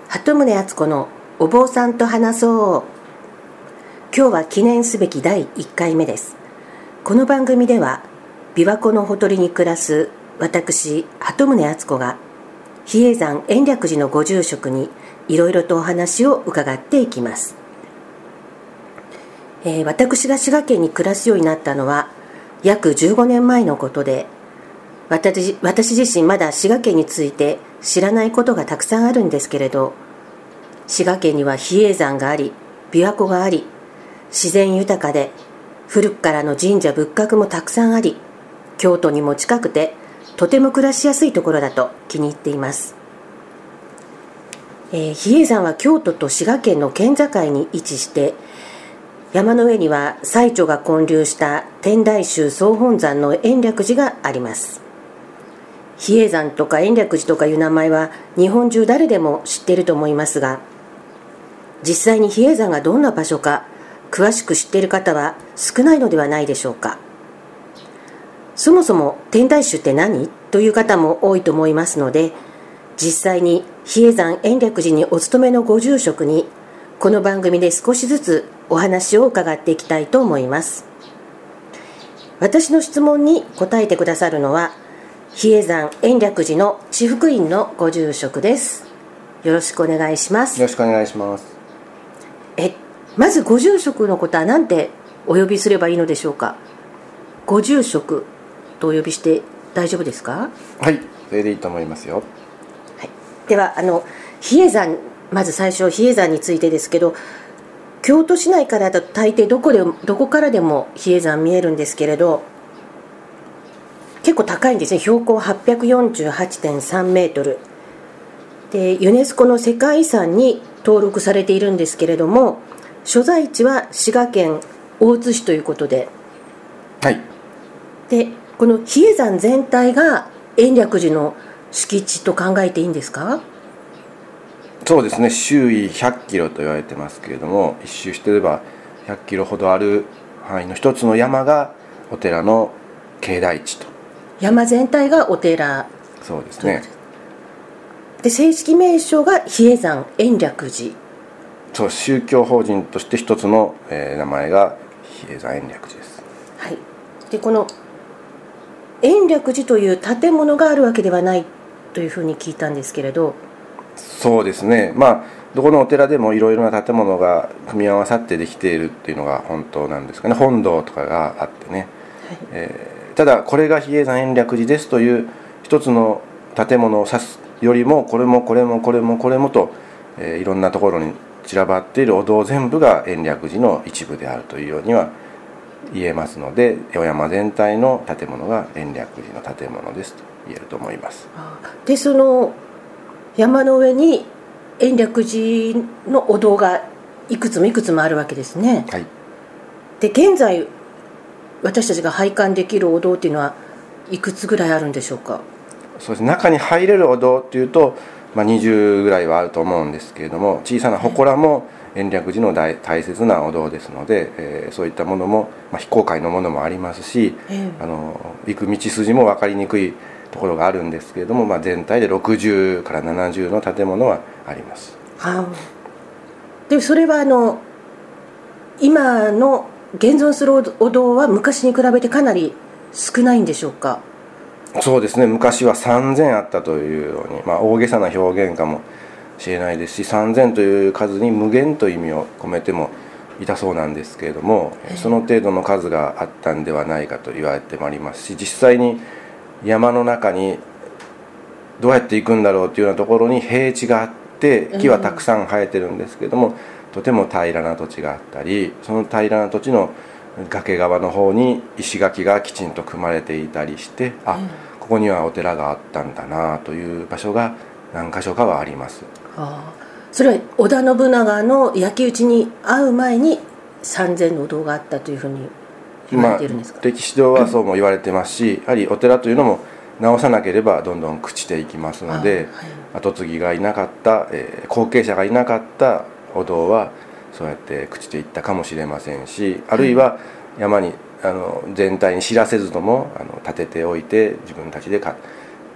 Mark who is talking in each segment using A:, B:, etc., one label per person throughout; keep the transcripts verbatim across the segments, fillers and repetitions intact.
A: 鳩宗敦子のお坊さんと話そう。今日は記念すべきだいいっかいめです。この番組では琵琶湖のほとりに暮らす私鳩宗敦子が比叡山延暦寺のご住職にいろいろとお話を伺っていきます。えー、私が滋賀県に暮らすようになったのは約じゅうごねんまえのことで、私, 私自身まだ滋賀県について知らないことがたくさんあるんですけれど、滋賀県には比叡山があり、琵琶湖があり、自然豊かで古くからの神社仏閣もたくさんあり、京都にも近くてとても暮らしやすいところだと気に入っています。えー、比叡山は京都と滋賀県の県境に位置して、山の上には最澄が建立した天台宗総本山の延暦寺があります。比叡山とか延暦寺とかいう名前は日本中誰でも知っていると思いますが、実際に比叡山がどんな場所か詳しく知っている方は少ないのではないでしょうか。そもそも天台宗って何という方も多いと思いますので、実際に比叡山延暦寺にお勤めのご住職にこの番組で少しずつお話を伺っていきたいと思います。私の質問に答えてくださるのは比叡山延暦寺の智福院のご住職です。よろしくお願いします。
B: よろしくお願いします。
A: えまずご住職のことは何てお呼びすればいいのでしょうか。ご住職とお呼びして大丈夫ですか。
B: はい、それでいいと思いますよ。
A: はい、ではあの比叡山、まず最初比叡山についてですけど、京都市内からだと大抵どこでどこからでも比叡山見えるんですけれど、結構高いんですね。標高 はっぴゃくよんじゅうはちてんさんメートルで、ユネスコの世界遺産に登録されているんですけれども、所在地は滋賀県大津市ということで、
B: はい、
A: でこの比叡山全体が延暦寺の敷地と考えていいんですか。
B: そうですね、周囲ひゃっキロと言われてますけれども、一周してればひゃっキロほどある範囲の一つの山がお寺の境内地と。
A: 山全体がお寺。
B: そうですね。
A: で正式名称が比叡山延暦寺。
B: そう、宗教法人として一つの、えー、名前が比叡山延暦寺です。
A: はい。でこの延暦寺という建物があるわけではないというふうに聞いたんですけれど。
B: そうですね、まあどこのお寺でもいろいろな建物が組み合わさってできているっていうのが本当なんですかね。本堂とかがあってね、はい、えー、ただこれが比叡山延暦寺ですという一つの建物を指すよりも、これもこれもこれもこれもと、えー、いろんなところに散らばっているお堂全部が延暦寺の一部であるというようには言えますので、お山全体の建物が延暦寺の建物ですと言えると思います。
A: でその山の上に延暦寺のお堂がいくつもいくつもあるわけですね。
B: はい。
A: で現在私たちが拝観できるお堂っていうのはいくつぐらいあるんでしょうか。
B: そうです、中に入れるお堂っていうと、まあ、にじゅうぐらいはあると思うんですけれども、小さな祠も延暦寺の 大, 大切なお堂ですので、えー、そういったものも、まあ、非公開のものもありますし、えー、あの行く道筋も分かりにくいところがあるんですけれども、まあ、全体でろくじゅうからななじゅうの建物はあります。
A: はあ、でそれはあの今の現存するお堂は昔に比べてかなり少ないんでしょうか。
B: そうですね、昔はさんぜんあったというように、まあ、大げさな表現かもしれないですし、さんぜんという数に無限という意味を込めてもいたそうなんですけれども、その程度の数があったんではないかと言われてもありますし、実際に山の中にどうやって行くんだろうというようなところに平地があって、木はたくさん生えてるんですけれども、とても平らな土地があったり、その平らな土地の崖側の方に石垣がきちんと組まれていたりして、あ、ここにはお寺があったんだなという場所が何か所かはあります。
A: はあ、それは織田信長の焼き討ちに遭う前にさんぜんのお堂があったというふうに言われているんですか。
B: まあ、歴史上はそうも言われてますし、やはりお寺というのも直さなければどんどん朽ちていきますので、はい、跡継ぎがいなかった、えー、後継者がいなかったお堂はそうやって朽ちていったかもしれませんし、あるいは山にあの全体に知らせずともあの建てておいて自分たちでか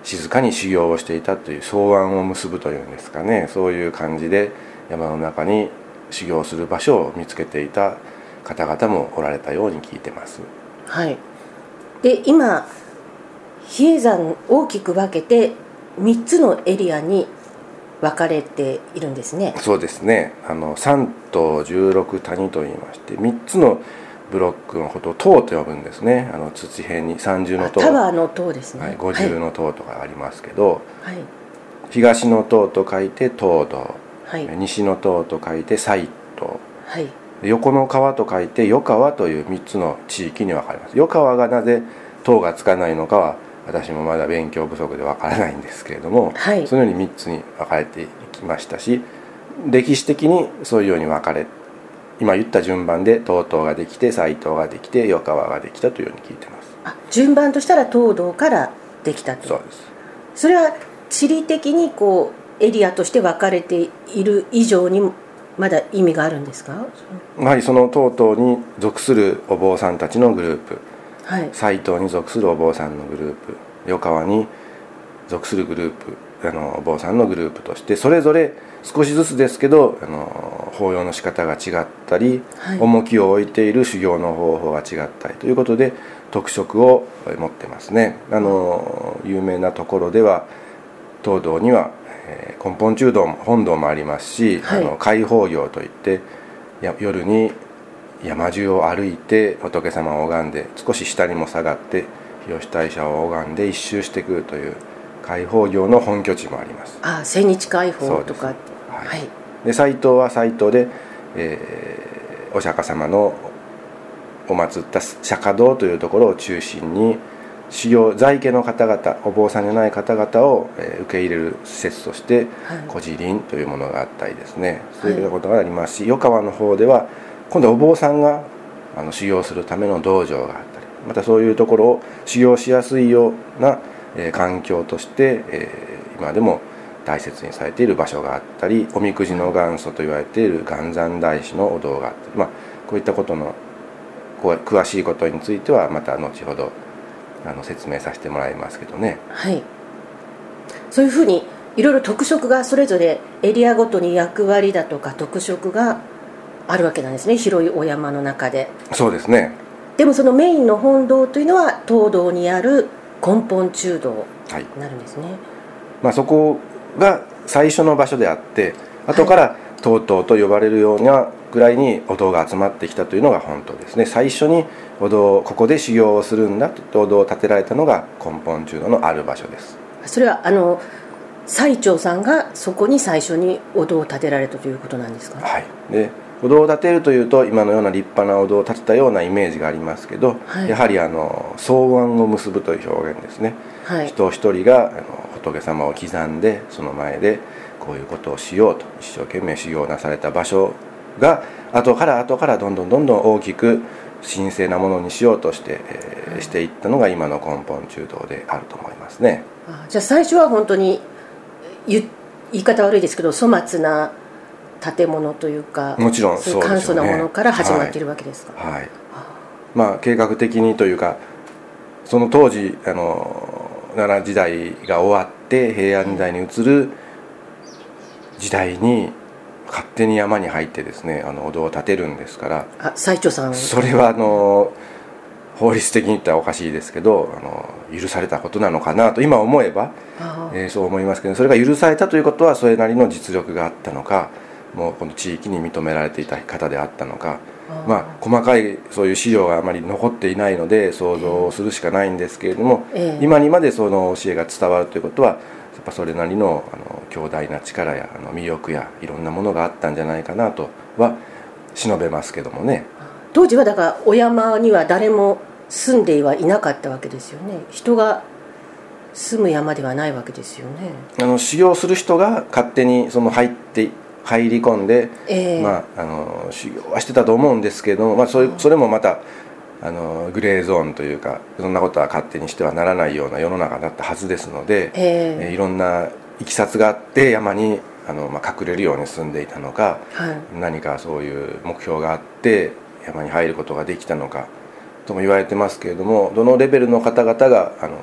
B: 静かに修行をしていたという草案を結ぶというんですかね、そういう感じで山の中に修行する場所を見つけていた方々もおられたように聞いてます。
A: はい。で今比叡山大きく分けてみっつのエリアに分かれているんですね。
B: そうですね。あの三島十六谷といいまして、みっつのブロックのことを塔と呼ぶんですね。あの土辺に三重の塔、
A: タワーの塔ですね、
B: はい、五重の塔とかありますけど、
A: はい、
B: 東の塔と書いて東堂、
A: はい、
B: 西の塔と書いて西塔、
A: はい、
B: 横の川と書いて余川というみっつの地域に分かれます。余川がなぜ塔がつかないのかは私もまだ勉強不足で分からないんですけれども、
A: はい、
B: そのようにみっつに分かれていきましたし、歴史的にそういうように分かれ、今言った順番で東塔ができて西塔ができて余川ができたというように聞いてます。
A: あ、順番としたら東堂からできたと。
B: そうです。
A: それは地理的にこうエリアとして分かれている以上にまだ意味があるんですか？
B: やはりその東塔に属するお坊さんたちのグループ、
A: はい、
B: 西塔に属するお坊さんのグループ、余川に属するグループ、あのお坊さんのグループとしてそれぞれ少しずつですけどあの法要の仕方が違ったり、はい、重きを置いている修行の方法が違ったりということで特色を持ってますね。あの有名なところでは東堂には、えー、根本中道本堂もありますし、はい、あの開放行といってや夜に山中を歩いて仏様を拝んで少し下にも下がって日吉大社を拝んで一周してくるという開放行の本拠地もあります。
A: ああ、千日開放とか。
B: はいはい、で西塔は西塔で、えー、お釈迦様のお祀った釈迦堂というところを中心に修行在家の方々、お坊さんじゃない方々を、えー、受け入れる施設として孤児林というものがあったりですね、はい、そういうことがありますし、余川の方では今度はお坊さんがあの修行するための道場があったり、またそういうところを修行しやすいような、えー、環境として、えー、今でも大切にされている場所があったり、おみくじの元祖と言われている元山大師のお堂があったり、まあ、こういったことのこう詳しいことについてはまた後ほどあの説明させてもらいますけどね。
A: はい、そういうふうにいろいろ特色がそれぞれエリアごとに役割だとか特色があるわけなんですね、広いお山の中で。
B: そうですね。
A: でもそのメインの本堂というのは東堂にある根本中堂になるんですね。はい、
B: まあ、そこが最初の場所であって後から東堂と呼ばれるようなぐらいにお堂が集まってきたというのが本当ですね。最初にお堂ここで修行をするんだとお堂を建てられたのが根本中堂のある場所です。
A: それはあの最澄さんがそこに最初にお堂を建てられたということなんですか？
B: はい。でお堂を建てるというと今のような立派なお堂を建てたようなイメージがありますけど、はい、やはりあの草案を結ぶという表現ですね。はい、人一人があの仏様を刻んでその前でこういうことをしようと一生懸命修行なされた場所が後から後からどんどんどんどん大きく神聖なものにしようとして、えー、していったのが今の根本中堂であると思いますね。
A: あ、じゃあ最初は本当に言い方悪いですけど粗末な建物というか、
B: もちろんそうでしょうね、
A: 簡素なものから始まっているわけですか？
B: はい、はい、まあ計画的にというかその当時あの奈良時代が終わって平安時代に移る時代に勝手に山に入ってですねあのお堂を建てるんですから、
A: あ、最澄さん
B: それはあの法律的に言ったらおかしいですけどあの許されたことなのかなと今思えば、えー、そう思いますけど、それが許されたということはそれなりの実力があったのか、もうこの地域に認められていた方であったのか、あ、まあ、細かいそういう資料があまり残っていないので想像するしかないんですけれども、えー、今にまでその教えが伝わるということはやっぱそれなり の, あの強大な力やあの魅力やいろんなものがあったんじゃないかなとは忍べますけどもね。
A: 当時はだからお山には誰も住んではいなかったわけですよね。人が住む山ではないわけですよね。
B: あの修行する人が勝手にその入って入り込んで、えーまあ、あの修行はしてたと思うんですけども、まあ、それ、それもまたあのグレーゾーンというかそんなことは勝手にしてはならないような世の中だったはずですので、えーえー、いろんないきさつがあって山にあの、まあ、隠れるように住んでいたのか、はい、何かそういう目標があって山に入ることができたのかとも言われてますけれども、どのレベルの方々があの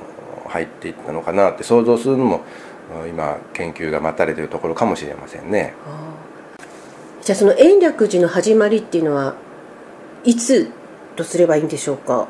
B: 入っていったのかなって想像するのも今研究が待たれているところかもしれませんね。
A: じゃあその延暦寺の始まりっていうのはいつとすればいいんでしょうか。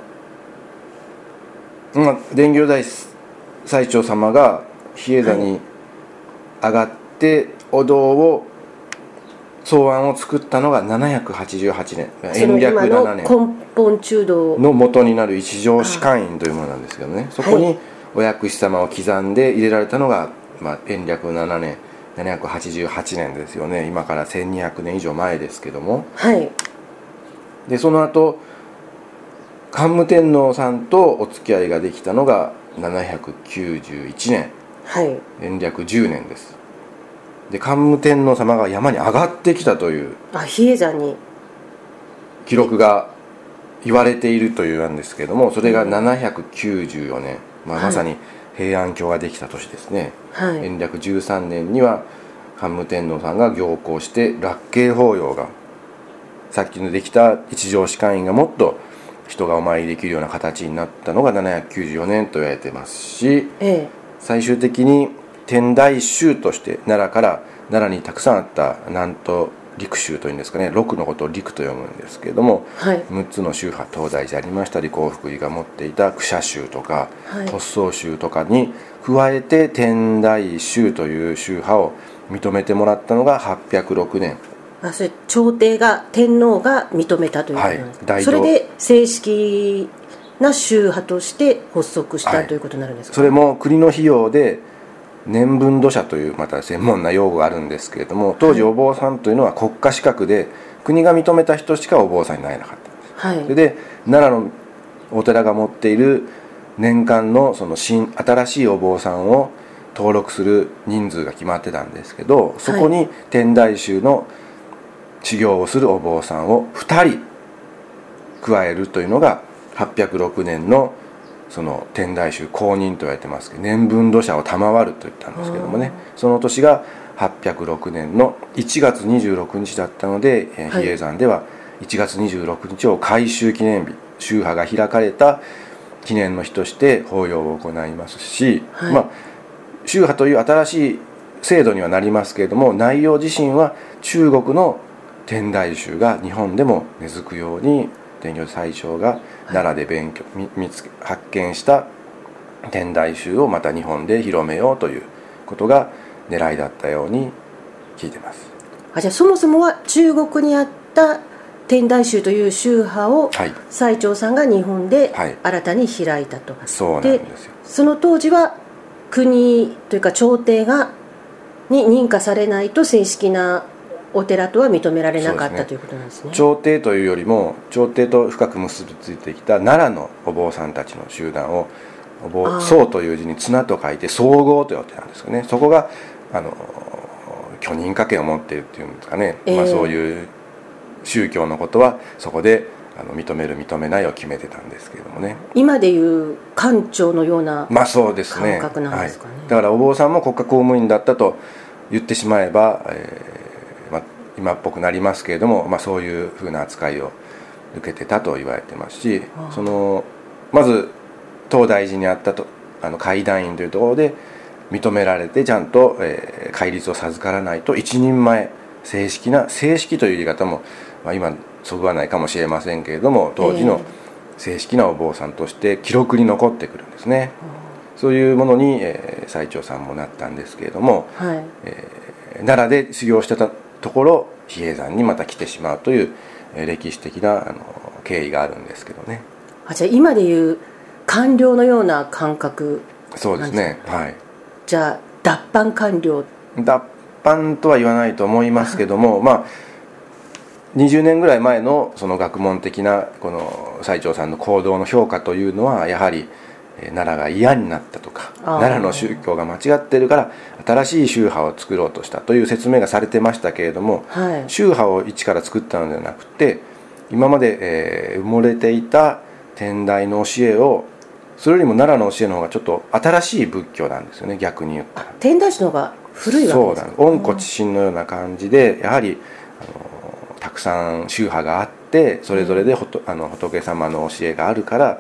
B: まあ、伝行大最澄様が比叡山に上がってお堂を草案を作ったのがななひゃくはちじゅうはちねん、延暦ななねん
A: 根本中道
B: の元になる一条士官院というものなんですけどね、そこにお薬師様を刻んで入れられたのが、まあ、延暦ななねんななひゃくはちじゅうはちねんですよね。今からせんにひゃくねん以上前ですけども、
A: はい、
B: でその後桓武天皇さんとお付き合いができたのがななひゃくきゅうじゅういちねん、
A: はい、
B: 延暦じゅうねんです。で桓武天皇様が山に上がってきたという
A: あ比叡山に
B: 記録が言われているというなんですけれども、それがななひゃくきゅうじゅうよねん、まあ、まさに平安京ができた年ですね、はい、延暦じゅうさんねんには桓武天皇さんが行幸して楽慶法要が、さっきのできた一条士官院がもっと人がお参りできるような形になったのがななひゃくきゅうじゅうよねんと言われてますし、ええ、最終的に天台宗として奈良から奈良にたくさんあった南東陸宗というんですかね、六のことを陸と読むんですけれども、はい、むっつの宗派、東大寺ありましたり興福寺が持っていた苦舎宗とか突宗宗とかに加えて天台宗という宗派を認めてもらったのがはっぴゃくろくねん。
A: あそれ朝廷が天皇が認めたということなんですか、はい、それで正式な宗派として発足した、はい、ということになるんですか。
B: それも国の費用で年分土社というまた専門な用語があるんですけれども、当時お坊さんというのは国家資格で国が認めた人しかお坊さんになれなかったんです、はい、それで奈良のお寺が持っている年間のその新新しいお坊さんを登録する人数が決まってたんですけど、そこに天台宗の修行をするお坊さんをふたり加えるというのがはっぴゃくろくねんのその天台宗公認と言われてますけど、年分土社を賜ると言ったんですけどもね、その年がはっぴゃくろくねんのいちがつにじゅうろくにちだったので、はい、比叡山ではいちがつにじゅうろくにちを改宗記念日、宗派が開かれた記念の日として法要を行いますし、はい、まあ宗派という新しい制度にはなりますけれども、内容自身は中国の天台宗が日本でも根付くように伝行最澄が奈良で勉強、はい、見つけ発見した天台宗をまた日本で広めようということが狙いだったように聞いてます。
A: あ、じゃあそもそもは中国にあった天台宗という宗派を最澄さんが日本で新たに開いたと、はい、
B: そうなんですよ。
A: その当時は国というか朝廷がに認可されないと正式なお寺とは認められなかった、ね、ということなんですね。
B: 朝廷というよりも朝廷と深く結びついてきた奈良のお坊さんたちの集団をお坊僧という字に綱と書いて総合というお寺なんですよね。そこがあの許認可権を持っているっていうんですかね、えーまあ、そういう宗教のことはそこであの認める認めないを決めてたんですけれどもね。
A: 今でいう官庁のような感覚なんですかね。まあそうですね、はい、
B: だからお坊さんも国家公務員だったと言ってしまえば、えーまあ、今っぽくなりますけれども、まあ、そういうふうな扱いを受けてたと言われてますし、そのまず東大寺にあったとあの戒壇院というところで認められてちゃんと、えー、戒律を授からないと一人前正式な正式という言い方も、まあ、今そぐわないかもしれませんけれども、当時の正式なお坊さんとして記録に残ってくるんですね、えー、そういうものに、えー、最澄さんもなったんですけれども、はいえー、奈良で修行してたところ比叡山にまた来てしまうという、えー、歴史的なあの経緯があるんですけどね。
A: あ、じゃあ今でいう官僚のような感覚なんですか。
B: そうですね、はい。
A: じゃあ脱藩官僚
B: 脱藩とは言わないと思いますけどもまあにじゅうねんぐらい前のその学問的なこの最澄さんの行動の評価というのはやはり奈良が嫌になったとか奈良の宗教が間違っているから新しい宗派を作ろうとしたという説明がされてましたけれども、はい、宗派を一から作ったのではなくて今まで、えー、埋もれていた天台の教えをそれよりも奈良の教えの方がちょっと新しい仏教なんですよね。逆に言ったら
A: 天台宗の方が古いわけですか。
B: そうなん、温故知新のような感じでやはりあのたくさん宗派があってそれぞれでほと、うん、あの仏様の教えがあるから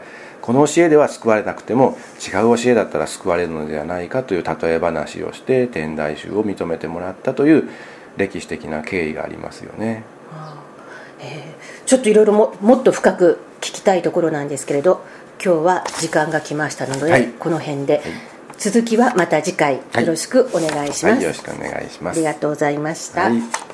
B: この教えでは救われなくても違う教えだったら救われるのではないかという例え話をして天台宗を認めてもらったという歴史的な経緯がありますよね。
A: ああ、えー、ちょっといろいろももっと深く聞きたいところなんですけれど、今日は時間が来ましたので、はい、この辺で、はい、続きはまた次回よろしくお願いします。
B: はいはい、よろしくお願いします。
A: ありがとうございました。
B: はい。